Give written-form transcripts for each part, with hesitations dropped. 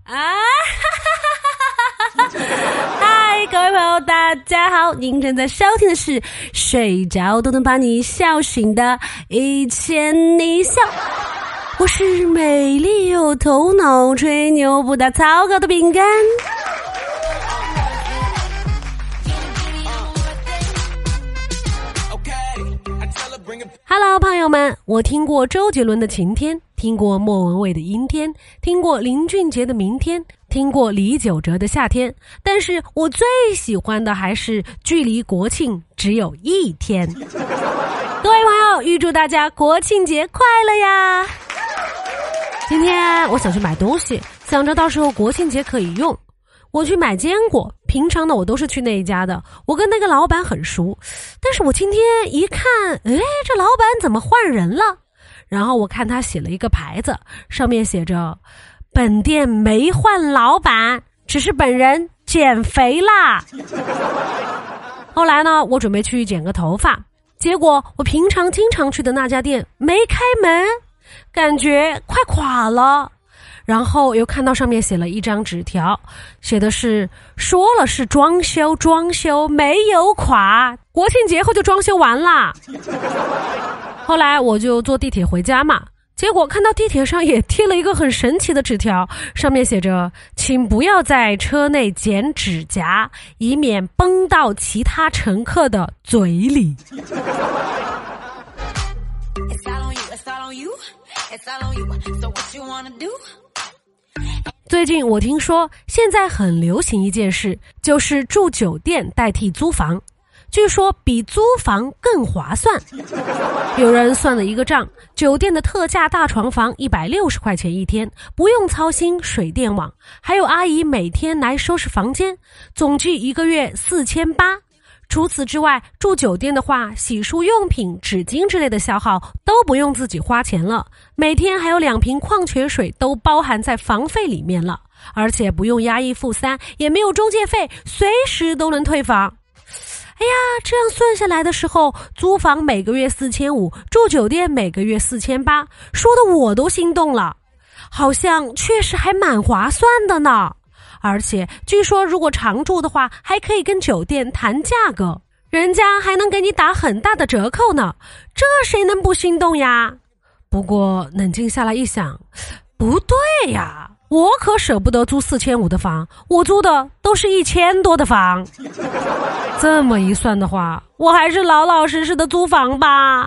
嗨，各位朋友大家好，您正在收听的是睡着都能把你笑醒的一千你笑，我是美丽有头脑吹牛不打草稿的饼干。Hello， 朋友们，我听过周杰伦的晴天，听过莫文蔚的阴天，听过林俊杰的明天，听过李玖哲的夏天，但是我最喜欢的还是距离国庆只有一天。各位朋友，预祝大家国庆节快乐呀！今天我想去买东西，想着到时候国庆节可以用。我去买坚果，平常呢我都是去那一家的，我跟那个老板很熟，但是我今天一看，这老板怎么换人了？然后我看他写了一个牌子，上面写着本店没换老板，只是本人减肥啦。后来呢，我准备去剪个头发，结果我平常经常去的那家店没开门，感觉快垮了。然后又看到上面写了一张纸条，写的是说了是装修没有垮，国庆节后就装修完啦。后来我就坐地铁回家嘛，结果看到地铁上也贴了一个很神奇的纸条，上面写着请不要在车内剪指甲，以免崩到其他乘客的嘴里。最近我听说现在很流行一件事，就是住酒店代替租房，据说比租房更划算。有人算了一个账，酒店的特价大床房160块钱一天，不用操心水电网，还有阿姨每天来收拾房间，总计一个月4800。除此之外，住酒店的话，洗漱用品、纸巾之类的消耗都不用自己花钱了，每天还有2瓶矿泉水都包含在房费里面了，而且不用押一付三，也没有中介费，随时都能退房。哎呀，这样算下来的时候，租房每个月4500，住酒店每个月4800，说的我都心动了，好像确实还蛮划算的呢。而且据说如果常住的话，还可以跟酒店谈价格，人家还能给你打很大的折扣呢，这谁能不心动呀？不过冷静下来一想，不对呀，我可舍不得租4500的房，我租的都是1000多的房。这么一算的话，我还是老老实实的租房吧。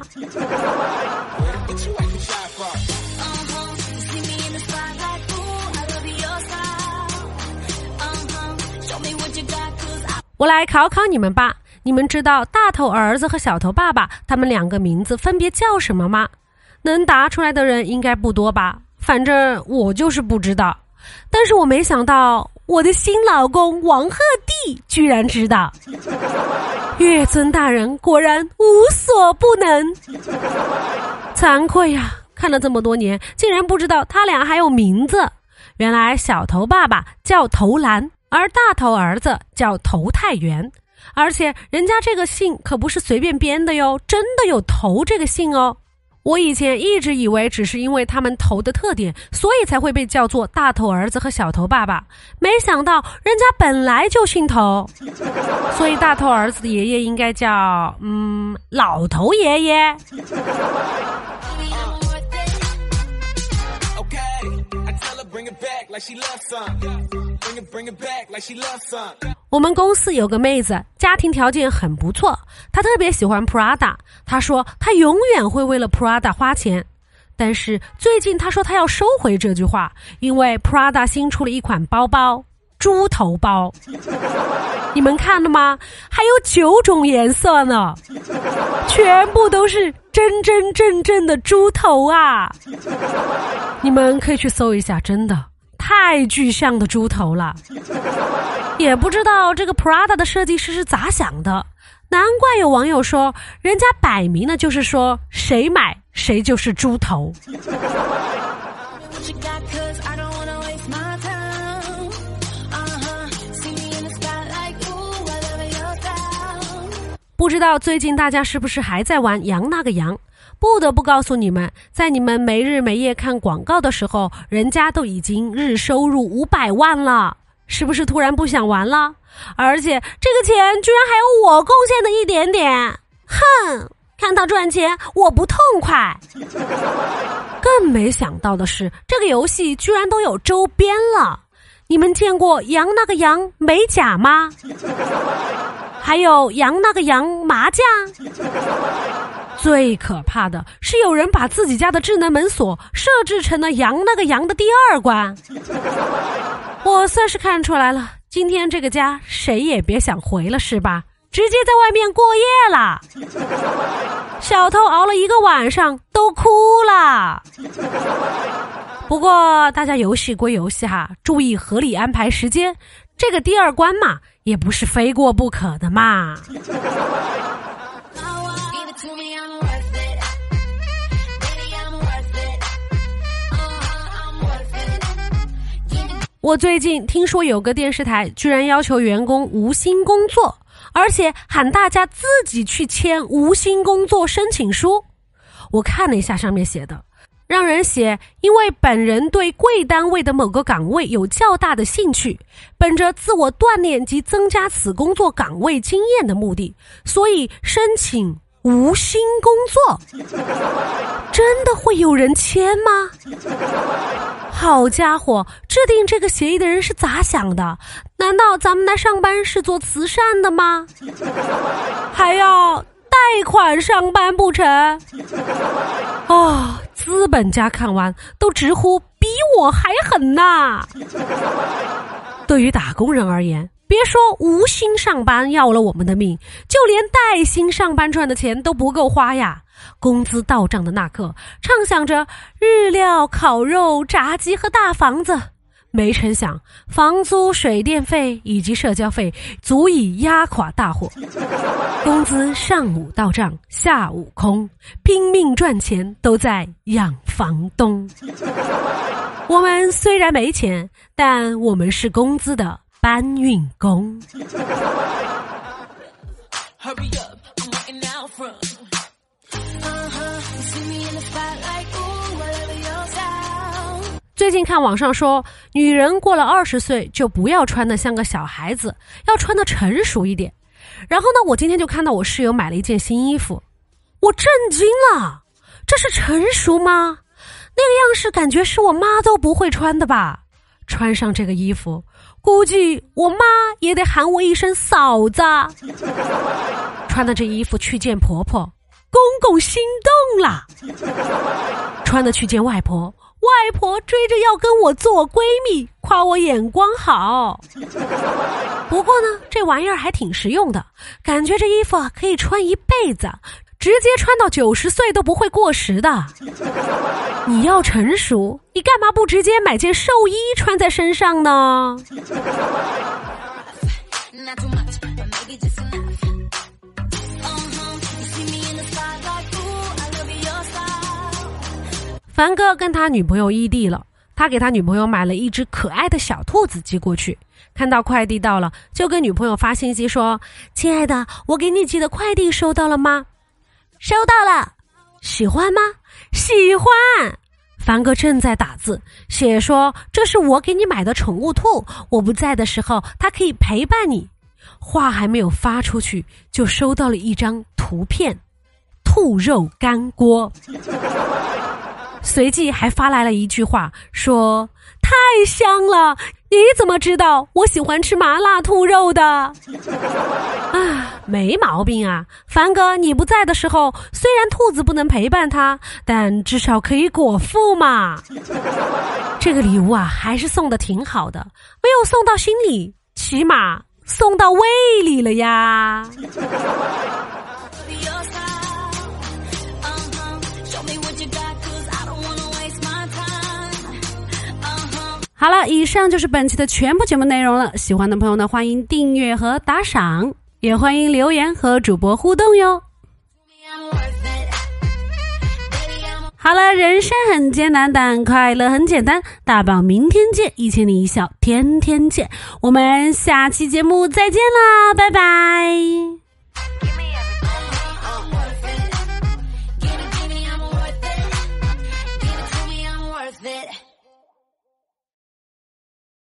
我来考考你们吧，你们知道大头儿子和小头爸爸他们2个名字分别叫什么吗？能答出来的人应该不多吧，反正我就是不知道。但是我没想到我的新老公王鹤棣居然知道。月尊大人果然无所不能。惭愧呀，看了这么多年，竟然不知道他俩还有名字。原来小头爸爸叫头兰，而大头儿子叫头太元，而且人家这个姓可不是随便编的哟，真的有头这个姓哦。我以前一直以为只是因为他们头的特点，所以才会被叫做大头儿子和小头爸爸，没想到人家本来就姓头，所以大头儿子的爷爷应该叫老头爷爷。我们公司有个妹子，家庭条件很不错，她特别喜欢 Prada， 她说她永远会为了 Prada 花钱。但是最近她说她要收回这句话，因为 Prada 新出了一款包包，猪头包。你们看了吗？还有9种颜色呢，全部都是真真正正的猪头啊！你们可以去搜一下，真的太具象的猪头了。也不知道这个 Prada 的设计师是咋想的，难怪有网友说，人家摆明了就是说谁买谁就是猪头。不知道最近大家是不是还在玩羊那个羊？ 不得不告诉你们，在你们没日没夜看广告的时候，人家都已经日收入500万了，是不是突然不想玩了？而且这个钱居然还有我贡献的一点点，哼，看他赚钱我不痛快。更没想到的是，这个游戏居然都有周边了。你们见过羊那个羊美甲吗？还有羊那个羊麻将。最可怕的是有人把自己家的智能门锁设置成了羊那个羊的第2关。我算是看出来了，今天这个家谁也别想回了是吧？直接在外面过夜了。小偷熬了1个晚上都哭了。不过大家游戏归游戏哈，注意合理安排时间，这个第2关嘛，也不是非过不可的嘛。我最近听说有个电视台居然要求员工无薪工作，而且喊大家自己去签无薪工作申请书。我看了一下上面写的，让人写因为本人对贵单位的某个岗位有较大的兴趣，本着自我锻炼及增加此工作岗位经验的目的，所以申请无薪工作。真的会有人签吗？好家伙，制定这个协议的人是咋想的？难道咱们来上班是做慈善的吗？还要贷款上班不成？哦，资本家看完都直呼比我还狠呐！对于打工人而言，别说无薪上班要了我们的命，就连带薪上班赚的钱都不够花呀。工资到账的那刻，畅想着日料、烤肉、炸鸡和大房子，没成想房租、水电费以及社交费足以压垮大伙。工资上午到账，下午空，拼命赚钱都在养房东。我们虽然没钱，但我们是工资的搬运工。最近看网上说，女人过了20岁就不要穿得像个小孩子，要穿得成熟一点。然后呢，我今天就看到我室友买了一件新衣服，我震惊了，这是成熟吗？那个样式感觉是我妈都不会穿的吧？穿上这个衣服，估计我妈也得喊我一声嫂子。穿的这衣服去见婆婆，公公心动了。穿的去见外婆，外婆追着要跟我做闺蜜，夸我眼光好。不过呢，这玩意儿还挺实用的，感觉这衣服可以穿一辈子，直接穿到90岁都不会过时的。你要成熟，你干嘛不直接买件寿衣穿在身上呢？凡哥跟他女朋友异地了，他给他女朋友买了一只可爱的小兔子寄过去，看到快递到了，就跟女朋友发信息说：亲爱的，我给你寄的快递收到了吗？收到了。喜欢吗？喜欢。凡哥正在打字，写说这是我给你买的宠物兔，我不在的时候它可以陪伴你。话还没有发出去，就收到了一张图片，兔肉干锅。随即还发来了一句话，说太香了，你怎么知道我喜欢吃麻辣兔肉的？啊，没毛病啊，凡哥你不在的时候，虽然兔子不能陪伴他，但至少可以果腹嘛。这个礼物啊，还是送的挺好的，没有送到心里，起码送到胃里了呀。好了，以上就是本期的全部节目内容了。喜欢的朋友呢，欢迎订阅和打赏，也欢迎留言和主播互动哟。好了，人生很艰难，但快乐很简单。大宝明天见，1000里一笑，天天见。我们下期节目再见啦，拜拜。 it.